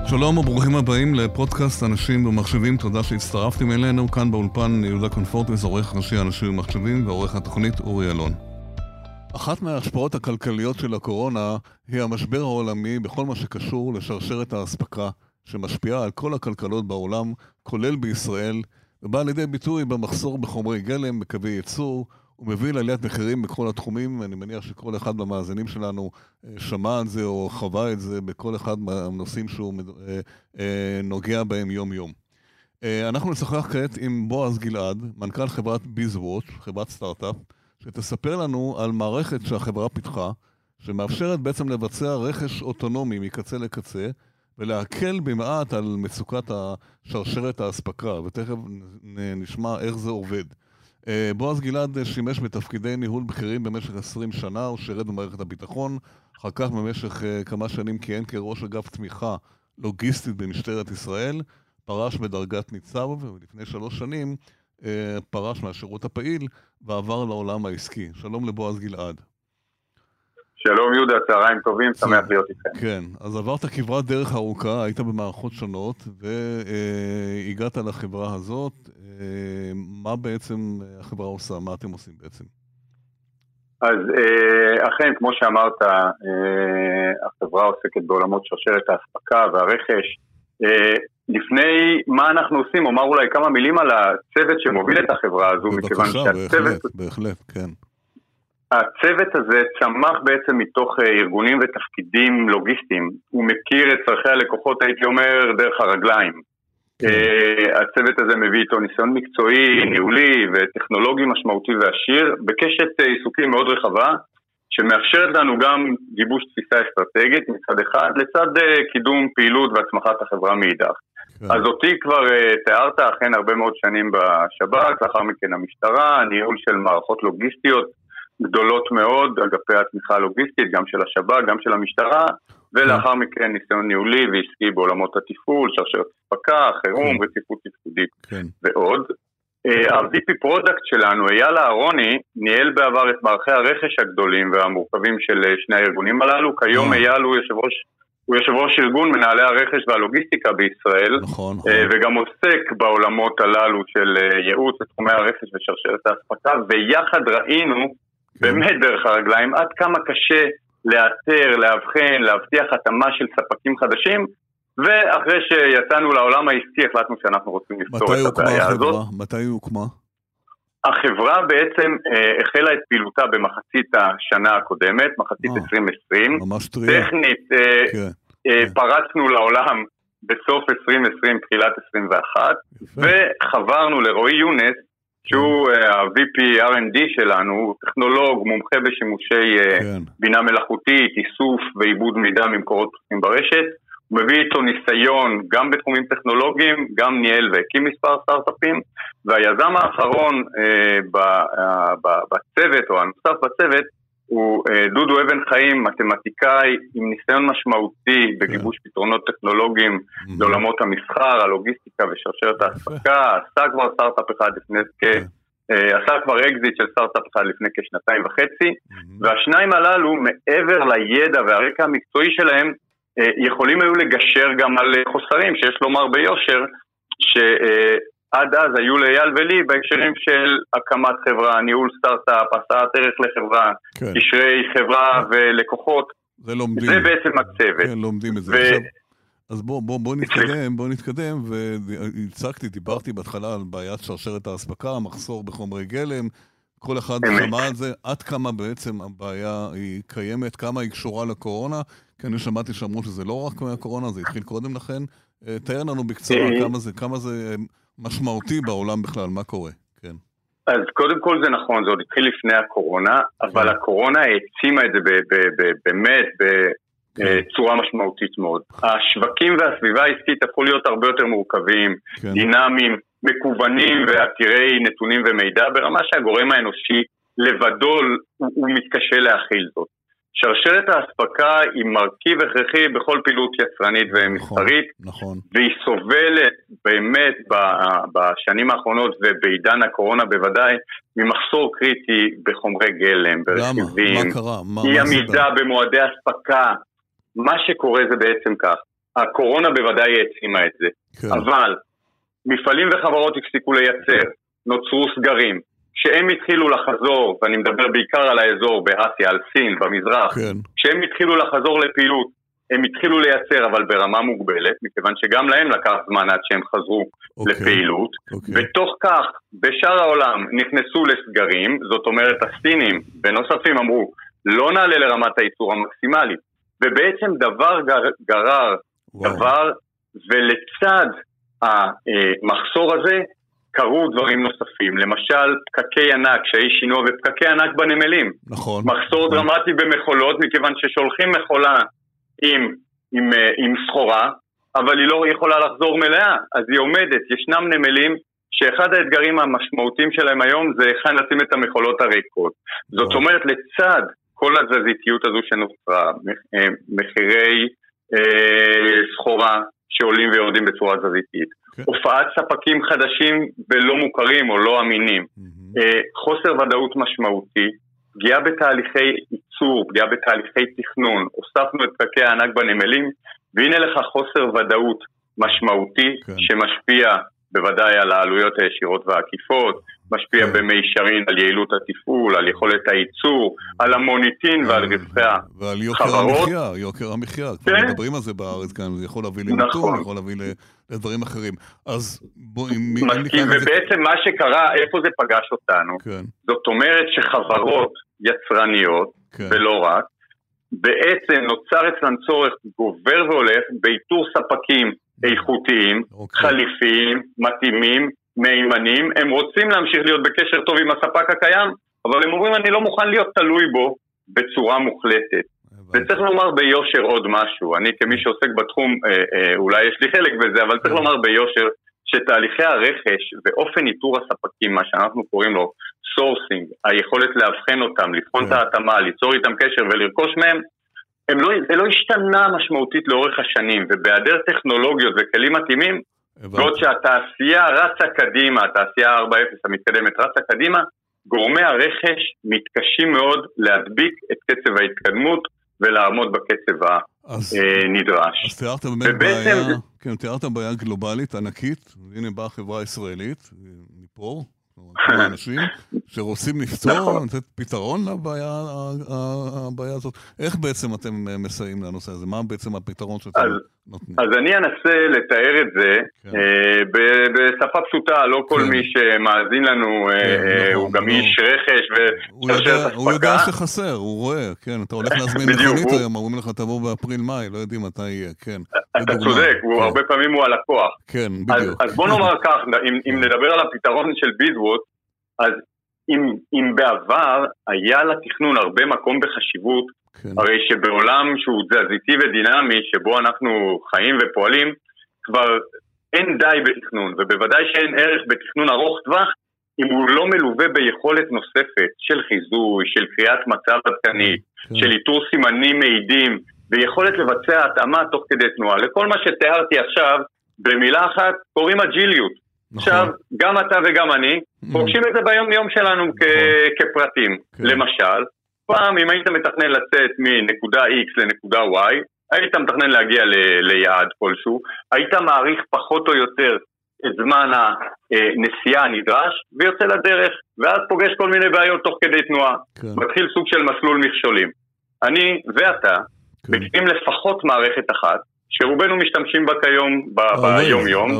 שלום וברוכים הבאים לפודקאסט אנשים ומחשבים. תודה שהצטרפתם אלינו. כאן באולפן יהודה קונפורטס, עורך ראשי אנשים ומחשבים, ועורך התוכנית אורי אלון. אחת מההשפעות הכלכליות של הקורונה היא המשבר העולמי בכל מה שקשור לשרשרת האספקה, שמשפיעה על כל הכלכלות בעולם, כולל בישראל, ובא לידי ביטוי במחסור בחומרי גלם, בקווי ייצור, ומביא לעליית מחירים בכל התחומים. אני מניח שכל אחד במאזינים שלנו שמע על זה או חווה את זה בכל אחד מהנושאים שהוא נוגע בהם יום יום. אנחנו נשוחח כעת עם בועז גלעד, מנכ"ל חברת ביזוואץ', חברת סטארט-אפ, שתספר לנו על מערכת שהחברה פיתחה, שמאפשרת בעצם לבצע רכש אוטונומי מקצה לקצה, ולהקל במעט על מצוקת השרשרת האספקה, ותכף נשמע איך זה עובד. בועז גלעד שימש בתפקידי ניהול בכירים במשך 20 שנה, הוא שירת במערכת הביטחון, אחר כך במשך כמה שנים כיהן כראש אגף תמיכה לוגיסטית במשטרת ישראל, פרש בדרגת ניצב, ולפני 3 שנים פרש מהשירות הפעיל ועבר לעולם העסקי. שלום לבועז גלעד. שלום יהודה, צהריים טובים, שמח להיות איתכם. כן, אז עברת כברת דרך ארוכה, היית במערכות שונות, והגעת לחברה הזאת. מה בעצם החברה עושה? מה אתם עושים בעצם? אז אכן, כמו שאמרת, החברה עוסקת בעולמות שרשרת האספקה והרכש. לפני מה אנחנו עושים, אומר אולי כמה מילים על הצוות שמוביל את החברה הזו, מכיוון שהצוות... בהחלט, כן. הצוות הזה צמח בעצם מתוך ארגונים ותפקידים לוגיסטיים. הוא מכיר את צרכי הלקוחות, הייתי אומר, דרך הרגליים. הצוות הזה מביא איתו ניסיון מקצועי, ניהולי וטכנולוגי משמעותי ועשיר, בקשת עיסוקים מאוד רחבה, שמאפשרת לנו גם גיבוש תפיסה אסטרטגית מצד אחד, לצד קידום פעילות והצמחת החברה מאידך. אז אותי כבר תיארת אכן הרבה מאוד שנים בשב"כ, לאחר מכן המשטרה, ניהול של מערכות לוגיסטיות, גדולות מאוד, אגפי התמיכה הלוגיסטית, גם של השב"כ, גם של המשטרה, ולאחר מכן ניסיון ניהולי ועסקי בעולמות התפעול, שרשרת אספקה, חירום, רציפות תפקודית ועוד. ה-VP פרודקט שלנו, אייל אהרוני, ניהל בעבר את מערכי הרכש הגדולים והמורכבים של שני הארגונים הללו. כיום אייל הוא יושב ראש ארגון מנהלי הרכש והלוגיסטיקה בישראל, וגם עוסק בעולמות הללו של ייעוץ לתחומי הרכש ושרשרת האספקה, ויחד ראינו באמת דרך הרגליים עד כמה קשה לאתר, להבחן, להבטיח התאמה של ספקים חדשים, ואחרי שיצאנו לעולם העסקי החלטנו שאנחנו רוצים לפתור את הבעיה הזאת. מתי היא הוקמה? החברה בעצם החלה את פעילותה במחצית השנה הקודמת, מחצית 2020. ממש טריה. טכנית פרצנו לעולם בסוף 2020, תחילת 21, וחברנו לרועי יונס, שהוא ה-VP R&D שלנו, טכנולוג, מומחה בשימושי בינה מלאכותית, איסוף ועיבוד מידע ממקורות פתוחים ברשת. הוא מביא איתו ניסיון גם בתחומים טכנולוגיים, גם ניהל והקים מספר סטארט-אפים, והיזם האחרון בצוות, או הנוסף בצוות, הוא דודו אבן חיים, מתמטיקאי עם ניסיון משמעותי בגיבוש פתרונות טכנולוגיים לעולמות המסחר, הלוגיסטיקה ושרשרת האספקה. עשה כבר סטארט-אפ אחד עשה כבר אקזיט של סטארט-אפ אחד לפני כשנתיים וחצי, והשניים הללו, מעבר לידע והרקע המקצועי שלהם, יכולים היו לגשר גם על חוסרים, שיש לומר ביושר, שעד אז היו לאייל ולי בהקשרים של הקמת חברה, ניהול סטארט-אפ, הסעת ערך לחברה, קשרי חברה ולקוחות. זה בעצם הצוות. כן, לומדים את זה. אז בוא נתקדם, דיברתי בהתחלה על בעיית שרשרת האספקה, המחסור בחומרי גלם, כל אחד שמע על זה, עד כמה בעצם הבעיה היא קיימת, כמה היא קשורה לקורונה, כי אני שמעתי שאמרו שזה לא רק מהקורונה, זה התחיל קודם לכן. תאר לנו בקצרה כמה זה משמעותי בעולם בכלל, מה קורה? כן. אז קודם כל זה נכון, זה עוד התחיל לפני הקורונה, אבל הקורונה העצימה את זה באמת בצורה משמעותית מאוד. השווקים והסביבה העסקית הפכו להיות הרבה יותר מורכבים, דינמיים, מקוונים ועתירי נתונים ומידע, ברמה שהגורם האנושי לבדו הוא מתקשה להכיל זאת. שרשרת האספקה היא מרכיב הכרחי בכל פעילות יצרנית ומסחרית, והיא סובלת באמת בשנים האחרונות ובעידן הקורונה בוודאי, ממחסור קריטי בחומרי גלם, ברכיבים, היא עמידה במועדי אספקה. מה שקורה זה בעצם כך, הקורונה בוודאי העצימה את זה. כן. אבל מפעלים וחברות הפסיקו לייצר, נוצרו סגרים, כשהם התחילו לחזור, ואני מדבר בעיקר על האזור באסיה, על סין, במזרח, כן. כשהם התחילו לחזור לפעילות, הם התחילו לייצר, אבל ברמה מוגבלת, מכיוון שגם להם לקח זמן עד שהם חזרו לפעילות. בתוך כך, בשאר העולם נכנסו לסגרים, זאת אומרת, הסינים ונוספים אמרו, לא נעלה לרמת הייצור המקסימלית, ובעצם דבר גרר דבר, ולצד המחסור הזה, קרו דברים נוספים, למשל פקקי ענק, שהיא שינוע ופקקי ענק בנמלים. נכון. מחסור דרמטי במכולות, מכיוון ששולחים מכולה עם סחורה, אבל היא לא יכולה לחזור מלאה, אז היא עומדת. ישנם נמלים שאחד האתגרים המשמעותיים שלהם היום זה היכן לשים את המכולות הריקות. זאת אומרת, לצד כל התזזיתיות הזו שנוצרה, מחירי סחורה שעולים ויורדים בצורה תזזיתית, הופעת ספקים חדשים ולא מוכרים או לא אמינים, חוסר ודאות משמעותי, פגיעה בתהליכי ייצור, פגיעה בתהליכי תכנון, הוספנו את פקקי הענק בנמלים, והנה לך חוסר ודאות משמעותי שמשפיע בוודאי על העלויות הישירות והעקיפות, משפיע במישרין על יעילות התפעול, על יכולת הייצור, על המוניטין ועל רווחי החברות. ועל יוקר המחיה, כבר מדברים על זה בארץ כאן, זה יכול להביא למיתון, יכול להביא לדברים אחרים. אז מסכים, ובעצם מה שקרה, איפה זה פגש אותנו? זאת אומרת שחברות יצרניות, ולא רק, בעצם נוצר אצלן צורך גובר והולך באיתור ספקים איכותיים, חליפיים, מתאימים, מהימנים. הם רוצים להמשיך להיות בקשר טוב עם הספק הקיים, אבל הם אומרים אני לא מוכן להיות תלוי בו בצורה מוחלטת. וצריך לומר ביושר עוד משהו, אני כמי שעוסק בתחום, אולי יש לי חלק בזה, אבל צריך לומר ביושר שתהליכי הרכש ואופן איתור הספקים, מה שאנחנו קוראים לו סורסינג, היכולת להבחן אותם, לבחון את ההתאמה, ליצור איתם קשר ולרכוש מהם, זה לא השתנה משמעותית לאורך השנים, ובהיעדר טכנולוגיות וכלים מתאימים, בעוד שהתעשייה רצה קדימה, התעשייה 4.0 המתקדמת רצה קדימה, גורמי הרכש מתקשים מאוד להדביק את קצב ההתקדמות ולעמוד בקצב הנדרש. אז תיארת באמת בעיה, כן, תיארת בעיה גלובלית ענקית, הנה באה חברה ישראלית, מפה, כמה אנשים שרוצים לפתור, לתת פתרון לבעיה הזאת. איך בעצם אתם מסייעים לנושא הזה? מה בעצם הפתרון שאתם נותנים? אז אני אנסה לתאר את זה בשפה פשוטה, לא כל מי שמאזין לנו הוא גם איש רכש ושרשרת אספקה. הוא יודע שחסר, הוא רואה, כן, אתה הולך להזמין מכונית היום, אומרים לך תבוא באפריל-מאי, לא יודעים מתי יהיה, כן. אתה צודק, הרבה פעמים הוא הלקוח. כן, בדיוק. אז בוא נאמר כך, אם נדבר על הפתרון של ביזווד, אז אם בעבר היה לתכנון הרבה מקום בחשיבות, הרי שבעולם שהוא תזזיתי ודינמי, שבו אנחנו חיים ופועלים, כבר אין די בתכנון, ובוודאי שאין ערך בתכנון ארוך טווח, אם הוא לא מלווה ביכולת נוספת של חיזוי, של קריאת מצב עדכנית, של איתור סימנים מעידים, ויכולת לבצע התאמה תוך כדי תנועה. לכל מה שתיארתי עכשיו, במילה אחת, קוראים אג'יליות. עכשיו, גם אתה וגם אני, פוגשים את זה ביום יום שלנו כפרטים. למשל, פעם אם היית מתכנן לצאת מנקודה X לנקודה Y, היית מתכנן להגיע ליעד כלשהו, היית מעריך פחות או יותר את זמן הנסיעה הנדרש, ויוצא לדרך, ואז פוגש כל מיני בעיות תוך כדי תנועה. מתחיל סוג של מסלול מכשולים. אני ואתה, מכירים לפחות מערכת אחת, שרובנו משתמשים בה כיום ביום-יום.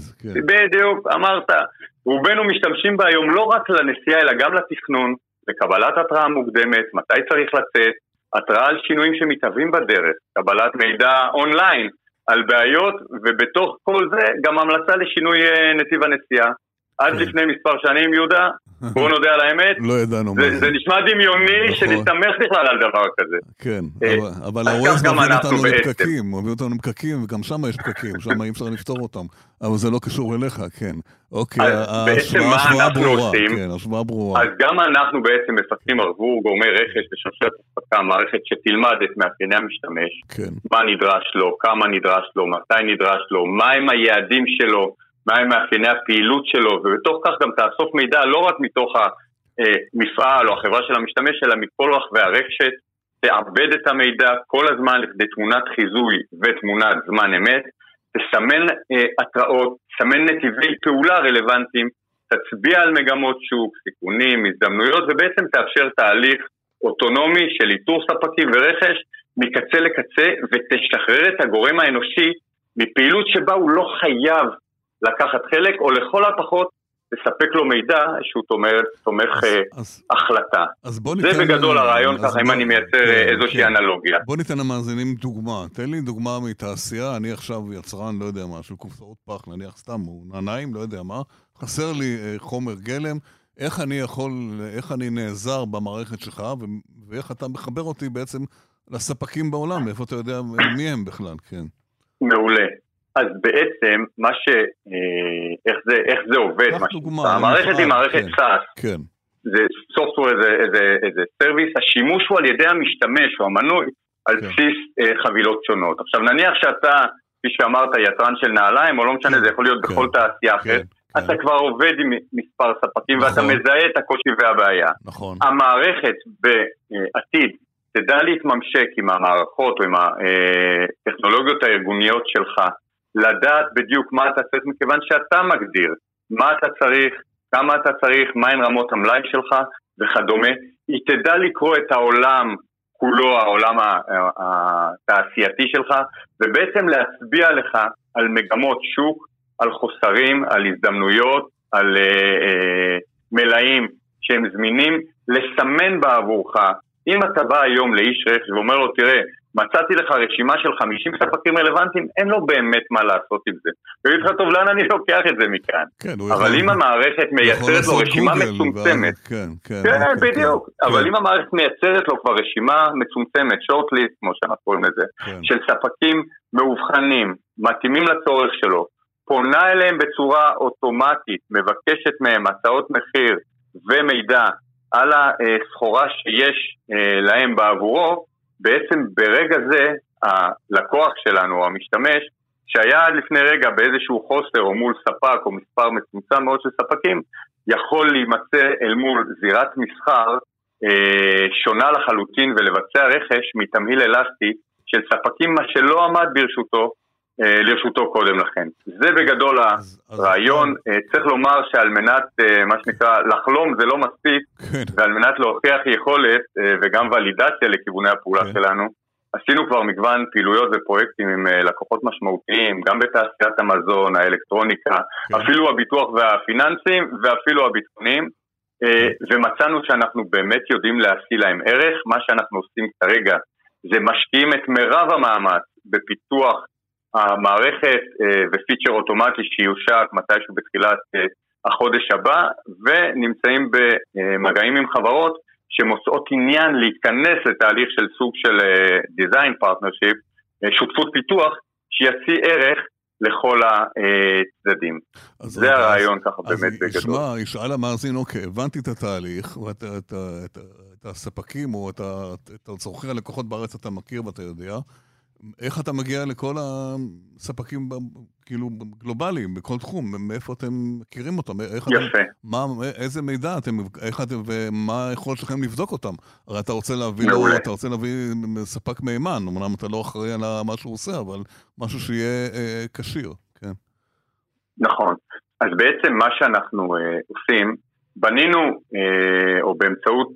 בדיוק, אמרת. רובנו משתמשים בה היום לא רק לנסיעה, אלא גם לתכנון, לקבלת התראה מוקדמת, מתי צריך לצאת, התראה על שינויים שמתהווים בדרך, קבלת מידע אונליין על בעיות, ובתוך כל זה גם המלצה לשינוי נתיב הנסיעה. עד לפני מספר שנים, יהודה, בואו נודה על האמת, לא ידענו מה זה נשמע דמיוני שנסתמך בכלל על דבר כזה. כן, אבל הווייז מוביל אותנו לפקקים, מוביל אותנו לפקקים, וגם שם יש פקקים, שם אי אפשר לפתור אותם, אבל זה לא קשור אליך, כן. אוקיי, ההשוואה ברורה. אז גם אנחנו בעצם מפתחים עבור גורמי רכש ושרשרת אספקה, מערכת שתלמד את מאפייני המשתמש, מה נדרש לו, כמה נדרש לו, מתי נדרש לו, מהם היעדים שלו, מהם מאפייני הפעילות שלו, ובתוך כך גם תאסוף מידע לא רק מתוך המפעל או החברה של המשתמש, אלא מכל רחבי הרשת, תעבד את המידע כל הזמן לכדי תמונת חיזוי ותמונת זמן אמת, תסמן התראות, תסמן נתיבי פעולה רלוונטיים, תצביע על מגמות שוק, סיכונים, הזדמנויות, ובעצם תאפשר תהליך אוטונומי של איתור ספקים ורכש מקצה לקצה, ותשחרר את הגורם האנושי מפעילות שבה הוא לא חייב לקחת חלק, או לכל הפחות לספק לו מידע שהוא תומך החלטה. זה בגדול הרעיון, ככה אם אני מייצר איזושהי אנלוגיה. בוא ניתן למאזינים דוגמה. תן לי דוגמה מתעשייה, אני עכשיו יצרן, לא יודע מה, של קופסאות פח, נניח סתם, נעניים, לא יודע מה, חסר לי חומר גלם, איך אני נעזר במערכת שלך, ואיך אתה מחבר אותי בעצם לספקים בעולם, איפה אתה יודע מי הם בכלל, כן. מעולה. אז בעצם, איך זה עובד, המערכת היא מערכת SaaS, זה software, איזה סרוויס, השימוש הוא על ידי המשתמש או המנוי, על בסיס חבילות שונות. עכשיו נניח שאתה, כפי שאמרת, יצרן של נעליים, או לא משנה, זה יכול להיות בכל תעשייה אחרת, אתה כבר עובד עם מספר ספקים, ואתה מזהה את הקושי והבעיה. המערכת בעתיד תדע להתממשק עם המערכות, או עם הטכנולוגיות הארגוניות שלך, לדעת בדיוק מה אתה צריך, מכיוון שאתה מגדיר מה אתה צריך, כמה אתה צריך, מהן רמות המלאי שלך וכדומה. היא תדע לקרוא את העולם כולו, העולם התעשייתי שלך, ובעצם להצביע לך על מגמות שוק, על חוסרים, על הזדמנויות, על מלאים שהם זמינים, לסמן בעבורך. אם אתה בא היום לאיש רכש ואומר לו, תראה, מצאתי לך רשימה של 50 ספקים רלוונטיים, אין לו באמת מה לעשות עם זה. ויגיד לך, טוב, לאן אני לוקח את זה מכאן? אבל אם המערכת מייצרת לו רשימה מצומצמת, כן, בדיוק, אבל אם המערכת מייצרת לו כבר רשימה מצומצמת, shortlist, כמו שאנחנו קוראים לזה, של ספקים מאובחנים, מתאימים לצורך שלו, פונה אליהם בצורה אוטומטית, מבקשת מהם הצעות מחיר ומידע על הסחורה שיש להם בעבורו, בעצם ברגע זה הלקוח שלנו, או המשתמש, שהיה עד לפני רגע באיזשהו חוסר או מול ספק או מספר מצומצם מאוד של ספקים, יכול להימצא אל מול זירת מסחר שונה לחלוטין ולבצע רכש מתמהיל אלסטי של ספקים מה שלא עמד לרשותו קודם לכן. זה בגדול הרעיון. צריך לומר שעל מנת, מה שנקרא, לחלום זה לא מספיק, ועל מנת להוכיח יכולת וגם ולידציה לכיווני הפעולה שלנו, עשינו כבר מגוון פעילויות ופרויקטים עם לקוחות משמעותיים, גם בתעשיית המזון, האלקטרוניקה, אפילו הביטוח והפיננסים ואפילו הביטחוניים, ומצאנו שאנחנו באמת יודעים להשיא להם ערך. מה שאנחנו עושים כרגע זה משקיעים את מרב המאמץ בפיתוח המערכת ופיצ'ר אוטומטי שיושק מתישהו בתחילת החודש הבא, ונמצאים במגעים עם חברות שמוצאות עניין להיכנס לתהליך של סוג של דיזיין פרטנרשיפ, שותפות פיתוח שישיא ערך לכל הצדדים. זה הרעיון ככה באמת בגדול. שמע, ישאל המאזין, אוקיי, הבנתי את התהליך, ואת הספקים או את צורכי הלקוחות בארץ אתה מכיר ואתה יודע, איך אתה מגיע לכל הספקים כאילו גלובליים בכל תחום? מאיפה אתם מכירים אותם? יפה. איזה מידע ומה יכול שלכם לבדוק אותם? הרי אתה רוצה להביא ספק מימן, אמנם אתה לא אחראי על מה שהוא עושה, אבל משהו שיהיה קשיר, כן. נכון. אז בעצם מה שאנחנו עושים, בנינו, או באמצעות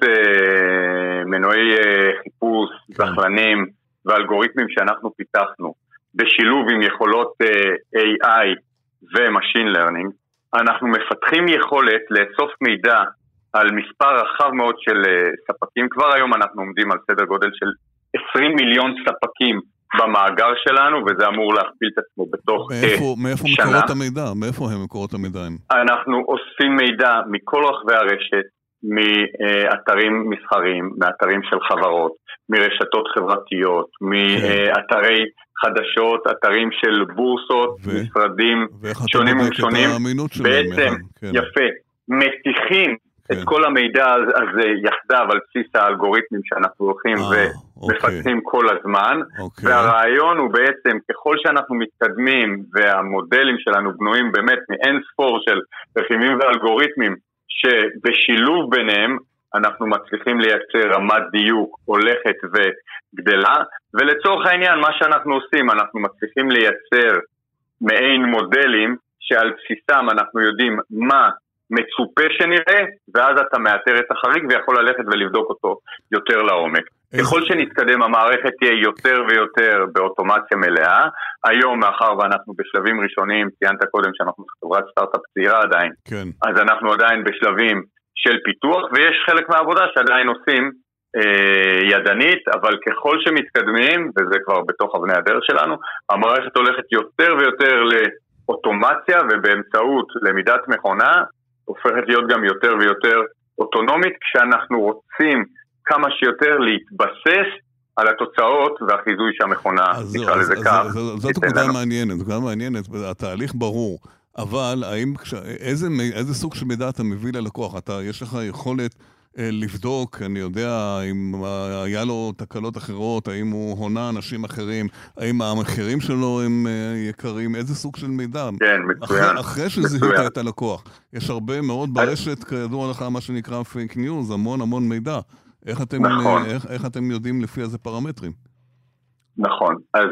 מנועי חיפוש, זחלנים, ואלגוריתמים שאנחנו פיתחנו, בשילוב עם יכולות AI ו-Machine Learning, אנחנו מפתחים יכולת לאסוף מידע על מספר רחב מאוד של ספקים. כבר היום אנחנו עומדים על סדר גודל של 20 מיליון ספקים במאגר שלנו, וזה אמור להכפיל את עצמו בתוך מאיפה מקורות המידע? מאיפה הם מקורות המידע? אנחנו אוספים מידע מכל רחבי הרשת, מאתרים מסחריים, מאתרים של חברות, מרשתות חברתיות, מאתרי חדשות, אתרים של בורסות, משרדים שונים ומשונים, בעצם יפה, מתיחים את כל המידע הזה יחדיו על בסיס האלגוריתמים שאנחנו הולכים ומפתחים כל הזמן, והרעיון הוא בעצם ככל שאנחנו מתקדמים והמודלים שלנו בנויים באמת מאין ספור של רכיבים ואלגוריתמים שבשילוב ביניהם אנחנו מצליחים לייצר רמת דיוק הולכת וגדלה, ולצורך העניין מה שאנחנו עושים, אנחנו מצליחים לייצר מעין מודלים שעל בסיסם אנחנו יודעים מה מצופה שנראה, ואז אתה מאתר את החריג ויכול ללכת ולבדוק אותו יותר לעומק. ככל שנתקדם המערכת תהיה יותר ויותר באוטומציה מלאה. היום מאחר ואנחנו בשלבים ראשונים, ציינת קודם שאנחנו חברת סטארט-אפ צעירה עדיין, כן. אז אנחנו עדיין בשלבים של פיתוח, ויש חלק מהעבודה שעדיין עושים ידנית, אבל ככל שמתקדמים, וזה כבר בתוך אבני הדרך שלנו, המערכת הולכת יותר ויותר לאוטומציה, ובאמצעות למידת מכונה, הופכת להיות גם יותר ויותר אוטונומית, כשאנחנו רוצים כמה שיותר להתבסס על התוצאות והחיזוי שהמכונה נקרא לזה כך. זאת נקודה מעניינת, התהליך ברור, אבל איזה סוג של מידע אתה מביא ללקוח? יש לך יכולת לבדוק, אני יודע, אם היה לו תקלות אחרות, האם הוא הונה אנשים אחרים, האם המחירים שלו הם יקרים, איזה סוג של מידע? כן, מצוין. אחרי שזיהית את הלקוח. יש הרבה מאוד ברשת, כידוע לך מה שנקרא פייק ניוז, המון מידע. איך אתם יודעים לפי איזה פרמטרים? נכון. אז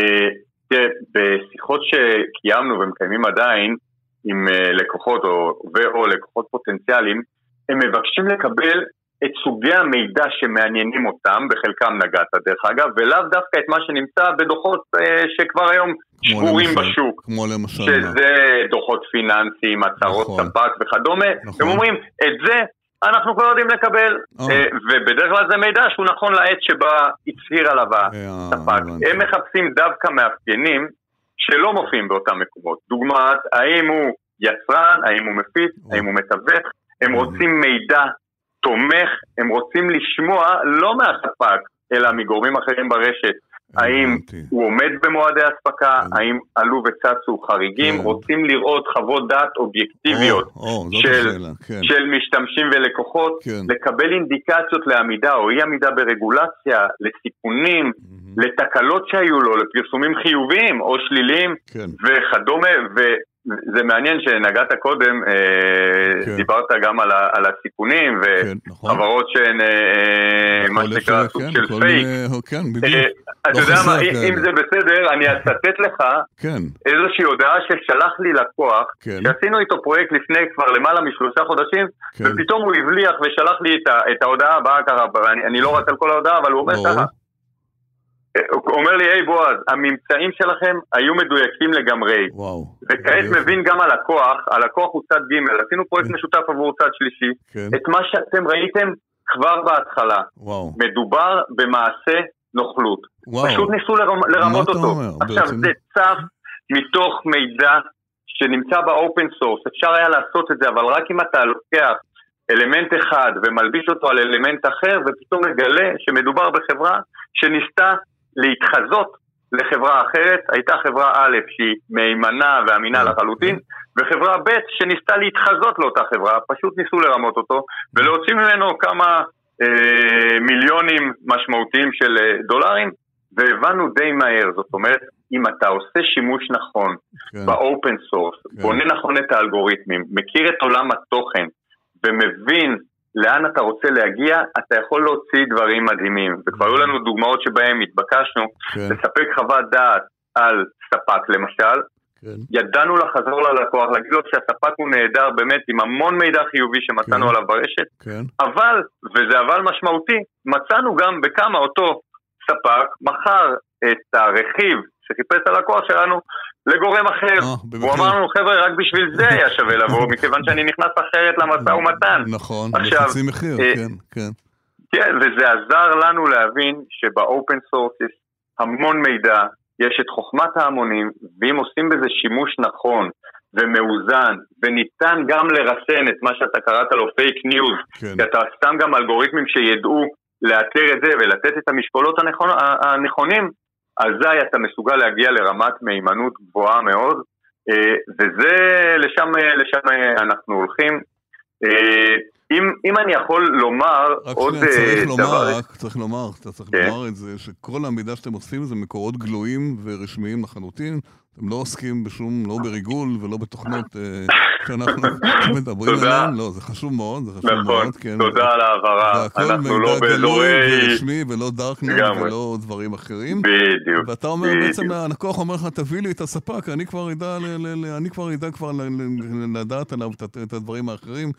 בשיחות שקיימנו ומקיימים עדיין עם לקוחות או לקוחות פוטנציאליים, הם מבקשים לקבל את סוגי המידע שמעניינים אותם, בחלקם נגעת דרך אגב, ולאו דווקא את מה שנמצא בדוחות שכבר היום שבורים בשוק. כמו למשל. שזה דוחות פיננסיים, הצהרות ספק וכדומה. הם אומרים, את זה אנחנו כבר יודעים לקבל, ובדרך כלל זה מידע שהוא נכון לעת שבה הצהיר עליו הספק. הם מחפשים דווקא מאפיינים שלא מופיעים באותם מקומות. דוגמת, האם הוא יצרן, האם הוא מפיץ, האם הוא מתווך, הם רוצים מידע תומך, הם רוצים לשמוע לא מהספק, אלא מגורמים אחרים ברשת, האם הוא עומד במועדי הספקה, האם עלו וצצו חריגים, רוצים לראות חוות דעת אובייקטיביות של משתמשים ולקוחות, לקבל אינדיקציות לעמידה או אי עמידה ברגולציה, לסיכונים, לתקלות שהיו לו, לפרסומים חיוביים או שליליים וכדומה, זה מעניין שנגעת קודם, דיברת גם על הסיכונים וחברות שהן מה שנקרא סוג של פייק. אתה יודע מה, אם זה בסדר, אני אצטט לך איזושהי הודעה ששלח לי לקוח, שעשינו איתו פרויקט לפני כבר למעלה מ3 חודשים, ופתאום הוא הבליח ושלח לי את ההודעה הבאה, אני לא רץ על כל ההודעה, אבל הוא אומר ככה, הוא אומר לי, היי בועז, הממצאים שלכם היו מדויקים לגמרי. וכעת מבין גם הלקוח הוא צד ג', עשינו פרויקט משותף עבור צד שלישי, את מה שאתם ראיתם כבר בהתחלה. מדובר במעשה נוכלות. פשוט ניסו לרמות אותו. עכשיו, זה צף מתוך מידע שנמצא באופן סורס. אפשר היה לעשות את זה, אבל רק אם אתה לוקח אלמנט אחד ומלביש אותו על אלמנט אחר, ופתאום מגלה שמדובר בחברה שניסתה להתחזות לחברה אחרת. הייתה חברה א' שהיא מהימנה ואמינה לחלוטין, וחברה ב' שניסתה להתחזות לאותה חברה, פשוט ניסו לרמות אותו, ולהוציא ממנו כמה מיליונים משמעותיים של דולרים, והבנו די מהר. זאת אומרת, אם אתה עושה שימוש נכון באופן סורס, בונה נכון את האלגוריתמים, מכיר את עולם התוכן, ומבין לאן אתה רוצה להגיע, אתה יכול להוציא דברים מדהימים. וכבר היו לנו דוגמאות שבהם התבקשנו לספק חוות דעת על ספק למשל, ידענו לחזור ללקוח, להגיד לו שהספק הוא נהדר באמת עם המון מידע חיובי שמצאנו עליו ברשת, אבל, וזה אבל משמעותי, מצאנו גם בכמה אותו ספק מחר את הרכיב שחיפש הלקוח שלנו לגורם אחר. הוא אמר לנו, חבר'ה, רק בשביל זה היה שווה לבוא, מכיוון שאני נכנס אחרת למשא ומתן. נכון, בחצי מחיר, כן. כן, וזה עזר לנו להבין שבאופן סורס יש המון מידע, יש את חוכמת ההמונים, ואם עושים בזה שימוש נכון ומאוזן, וניתן גם לרסן את מה שאתה קראת לו פייק ניוז, כי אתה סתם גם אלגוריתמים שידעו לאתר את זה ולתת את המשקולות הנכונים, אזי אתה מסוגל להגיע לרמת מהימנות גבוהה מאוד, וזה לשם אנחנו הולכים. אם אני יכול לומר עוד דבר... צריך לומר את זה, שכל המידע שאתם אוספים זה מקורות גלויים ורשמיים לחלוטין, אתם לא עוסקים בשום, לא בריגול ולא בתוכנות שאנחנו מדברים עליהן, לא, זה חשוב מאוד, נכון, תודה על העברה, אנחנו לא באזורי... ורשמי ולא דארקנט ולא דברים אחרים. בדיוק. ואתה אומר, בעצם הלקוח אומר לך, תביא לי את הספק, אני כבר ידע לדעת עליו את הדברים האחרים.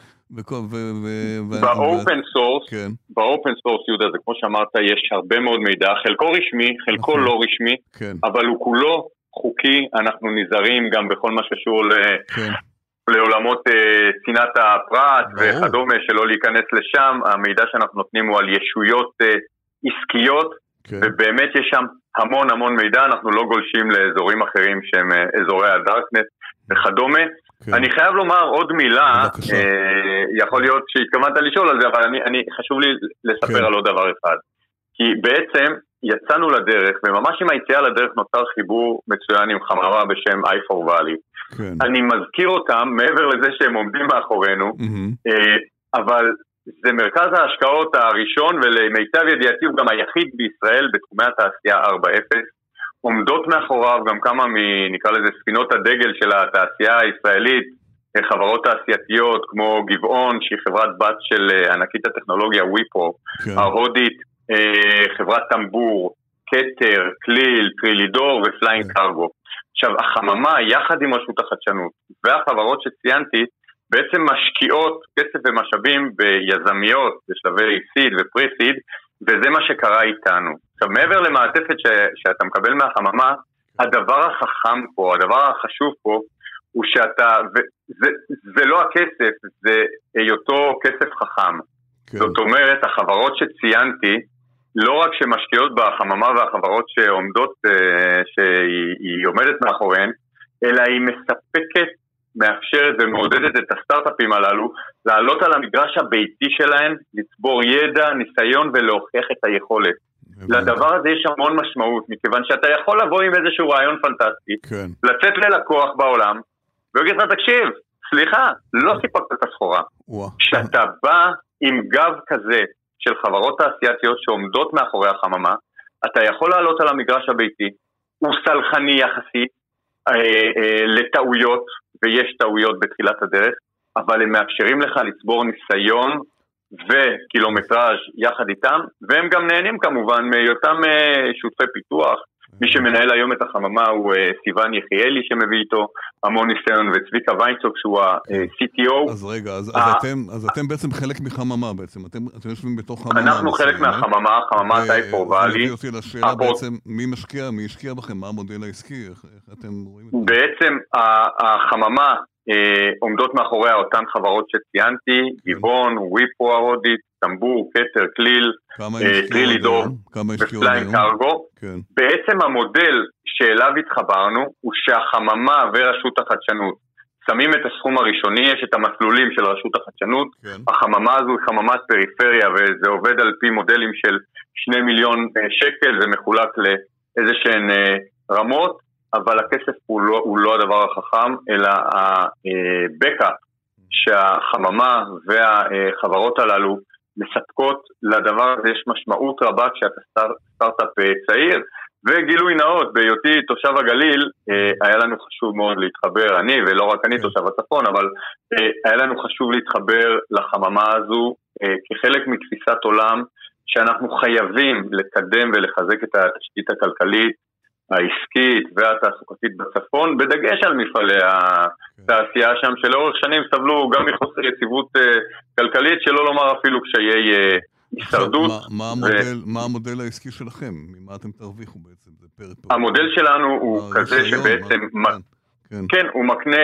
באופן סורס, יהודה, זה כמו שאמרת, יש הרבה מאוד מידע, חלקו רשמי, חלקו לא רשמי, אבל הוא כולו חוקי, אנחנו נזהרים גם בכל מה שקשור לעולמות צנעת הפרט וכדומה, שלא להיכנס לשם. המידע שאנחנו נותנים הוא על ישויות עסקיות, ובאמת יש שם המון מידע, אנחנו לא גולשים לאזורים אחרים שהם אזורי הדארקנט וכדומה. אני חייב לומר עוד מילה, יכול להיות שהתכוונת לשאול על זה, אבל חשוב לי לספר על עוד דבר אחד. כי בעצם יצאנו לדרך, וממש עם היציאה לדרך נוצר חיבור מצוין עם חממה בשם i4 Valley. אני מזכיר אותם, מעבר לזה שהם עומדים מאחורינו, אבל זה מרכז ההשקעות הראשון, ולמיטב ידיעתי הוא גם היחיד בישראל בתחומי התעשייה 4.0, עומדות מאחוריו גם כמה נקרא לזה ספינות הדגל של התעשייה הישראלית, חברות תעשייתיות כמו גבעון, שהיא חברת בת של ענקית הטכנולוגיה וויפרו, ההודית, חברת טמבור, קטר, כליל, טרילידור ופליינג קרגו. עכשיו, החממה יחד עם רשות החדשנות והחברות שציינתי בעצם משקיעות כסף ומשאבים ביזמיות, בשלבי סיד ופרי-סיד, וזה מה שקרה איתנו. עכשיו, מעבר למעטפת שאתה מקבל מהחממה, הדבר החכם פה, הדבר החשוב פה, הוא שאתה, זה לא הכסף, זה היותו כסף חכם. זאת אומרת, החברות שציינתי, לא רק שמשקיעות בחממה והחברות שעומדות, שהיא עומדת מאחוריהן, אלא היא מספקת, מאפשרת ומעודדת את הסטארט-אפים הללו, לעלות על המגרש הביתי שלהן, לצבור ידע, ניסיון ולהוכיח את היכולת. לדבר הזה יש המון משמעות, מכיוון שאתה יכול לבוא עם איזשהו רעיון פנטסטי, לצאת ללקוח בעולם, ויגיד לך, תקשיב, סליחה, לא סיפקת את הסחורה. כשאתה בא עם גב כזה של חברות תעשייתיות שעומדות מאחורי החממה, אתה יכול לעלות על המגרש הביתי, הוא סלחני יחסית לטעויות, ויש טעויות בתחילת הדרך, אבל הם מאפשרים לך לצבור ניסיון וקילומטראז' יחד איתם, והם גם נהנים כמובן מאותם שותפי פיתוח. מי שמנהל היום את החממה הוא סיוון יחיאלי שמביא איתו המון ניסיון, וצביקה ויינצוק שהוא ה-CTO. אז רגע, אז אתם בעצם חלק מחממה בעצם, אתם יושבים בתוך חממה. אנחנו חלק מהחממה, חממת i4 Valley. זה הביא אותי לשאלה בעצם, מי השקיע בכם, מה המודל העסקי, איך אתם רואים את זה? בעצם החממה עומדות מאחוריה אותן חברות שציינתי, גבעון, וויפרו ההודית, טמבור, קטר, כליל, טרילידור ופליינג קרגו. בעצם המודל שאליו התחברנו הוא שהחממה ורשות החדשנות שמים את הסכום הראשוני, יש את המסלולים של רשות החדשנות, החממה הזו היא חממת פריפריה וזה עובד על פי מודלים של 2 מיליון שקל, זה מחולק לאיזה שהן רמות, אבל הכסף הוא לא הדבר החכם, אלא הבקאפ שהחממה והחברות הללו מספקות לדבר הזה. יש משמעות רבה כשאתה סטארט-אפ צעיר, וגילוי נאות, בהיותי תושב הגליל, היה לנו חשוב מאוד להתחבר, אני ולא רק אני תושב הצפון, אבל היה לנו חשוב להתחבר לחממה הזו כחלק מתפיסת עולם שאנחנו חייבים לקדם ולחזק את התשתית הכלכלית, העסקית והתעסוקתית בצפון, בדגש על מפעלי התעשייה שם, שלאורך שנים סבלו גם מחוסר יציבות כלכלית, שלא לומר אפילו קשיי הישרדות. מה המודל העסקי שלכם? ממה אתם תרוויחו בעצם? המודל שלנו הוא כזה שבעצם, כן, הוא מקנה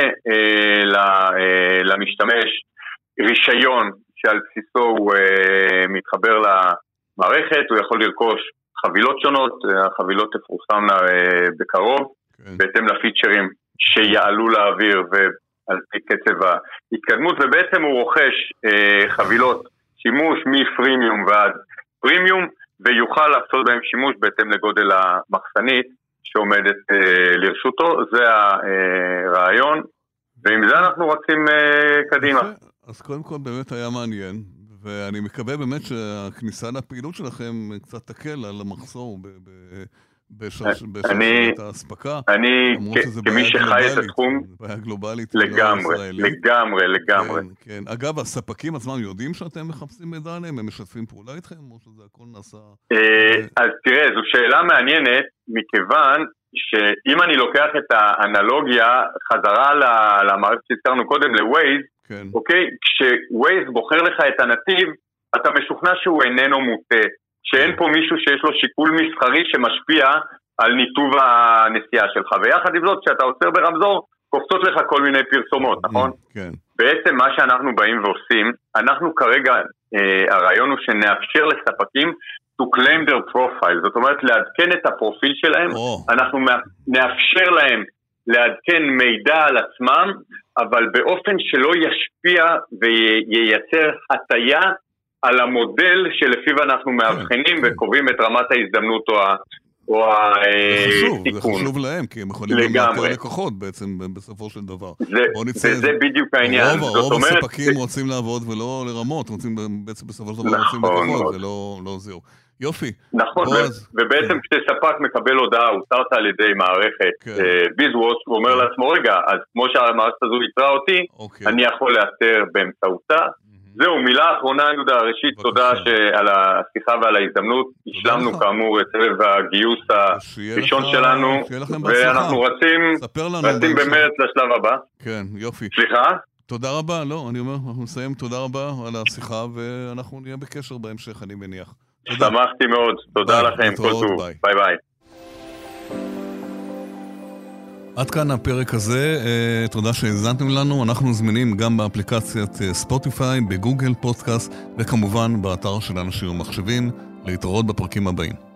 למשתמש רישיון שעל בסיסו הוא מתחבר למערכת, הוא יכול לרכוש חבילות שונות, החבילות תפורסמנה בקרוב, בהתאם לפיצ'רים שיעלו לאוויר ועל פי קצב ההתקדמות, ובעצם הוא רוכש חבילות שימוש מפרימיום ועד פרימיום, ויוכל לעשות בהם שימוש בהתאם לגודל המחסנית שעומדת לרשותו. זה הרעיון, ועם זה אנחנו רצים קדימה. אז קודם כל באמת היה מעניין, ואני מקווה באמת שהכניסה לפעילות שלכם קצת תקל על המחסור בשרשרת האספקה. אני, כמי שחי את התחום, בעיה גלובלית. לגמרי. כן. אגב, הספקים עצמם יודעים שאתם מחפשים מידע עליהם? הם משתפים פעולה איתכם? או שזה הכל נעשה... אז תראה, זו שאלה מעניינת, מכיוון שאם אני לוקח את האנלוגיה חזרה למערכת שהזכרנו קודם, לווייז, אוקיי? כשווייז בוחר לך את הנתיב, אתה משוכנע שהוא איננו מוטה. שאין פה מישהו שיש לו שיקול מסחרי שמשפיע על ניתוב הנסיעה שלך. ויחד עם זאת, כשאתה עוצר ברמזור, קופצות לך כל מיני פרסומות, נכון? כן. בעצם מה שאנחנו באים ועושים, אנחנו כרגע, הרעיון הוא שנאפשר לספקים to claim their profile, זאת אומרת לעדכן את הפרופיל שלהם, אנחנו נאפשר להם לעדכן מידע על עצמם, אבל באופן שלא ישפיע וייצר הטיה, על המודל שלפיו אנחנו מאבחנים וקובעים את רמת ההזדמנות או הסיכון. זה חשוב להם, כי הם יכולים גם יותר לקוחות בעצם בסופו של דבר. וזה בדיוק העניין. רוב הספקים רוצים לעבוד ולא לרמות, רוצים בעצם בסופו של דבר רוצים לקוחות ולא זהו. יופי. נכון, ובעצם כשספק מקבל הודעה, הוצרת על ידי מערכת ביזווש, הוא אומר לעצמו, רגע, אז כמו שהמערכת הזו יצרה אותי, אני יכול לאתר באמצעותה. זהו, מילה אחרונה, יהודה, ראשית, תודה על השיחה ועל ההזדמנות. השלמנו כאמור את סבב הגיוס הראשון שלנו, ואנחנו רצים במרץ לשלב הבא. כן, יופי. סליחה? תודה רבה, לא, אני אומר, אנחנו נסיים, תודה רבה על השיחה, ואנחנו נהיה בקשר בהמשך, אני מניח. שמחתי מאוד, תודה לכם, כל טוב, ביי ביי. עד כאן הפרק הזה, תודה שהזנתם לנו, אנחנו זמינים גם באפליקציית ספוטיפיי, בגוגל פודקאסט, וכמובן באתר של אנשים ומחשבים, להתראות בפרקים הבאים.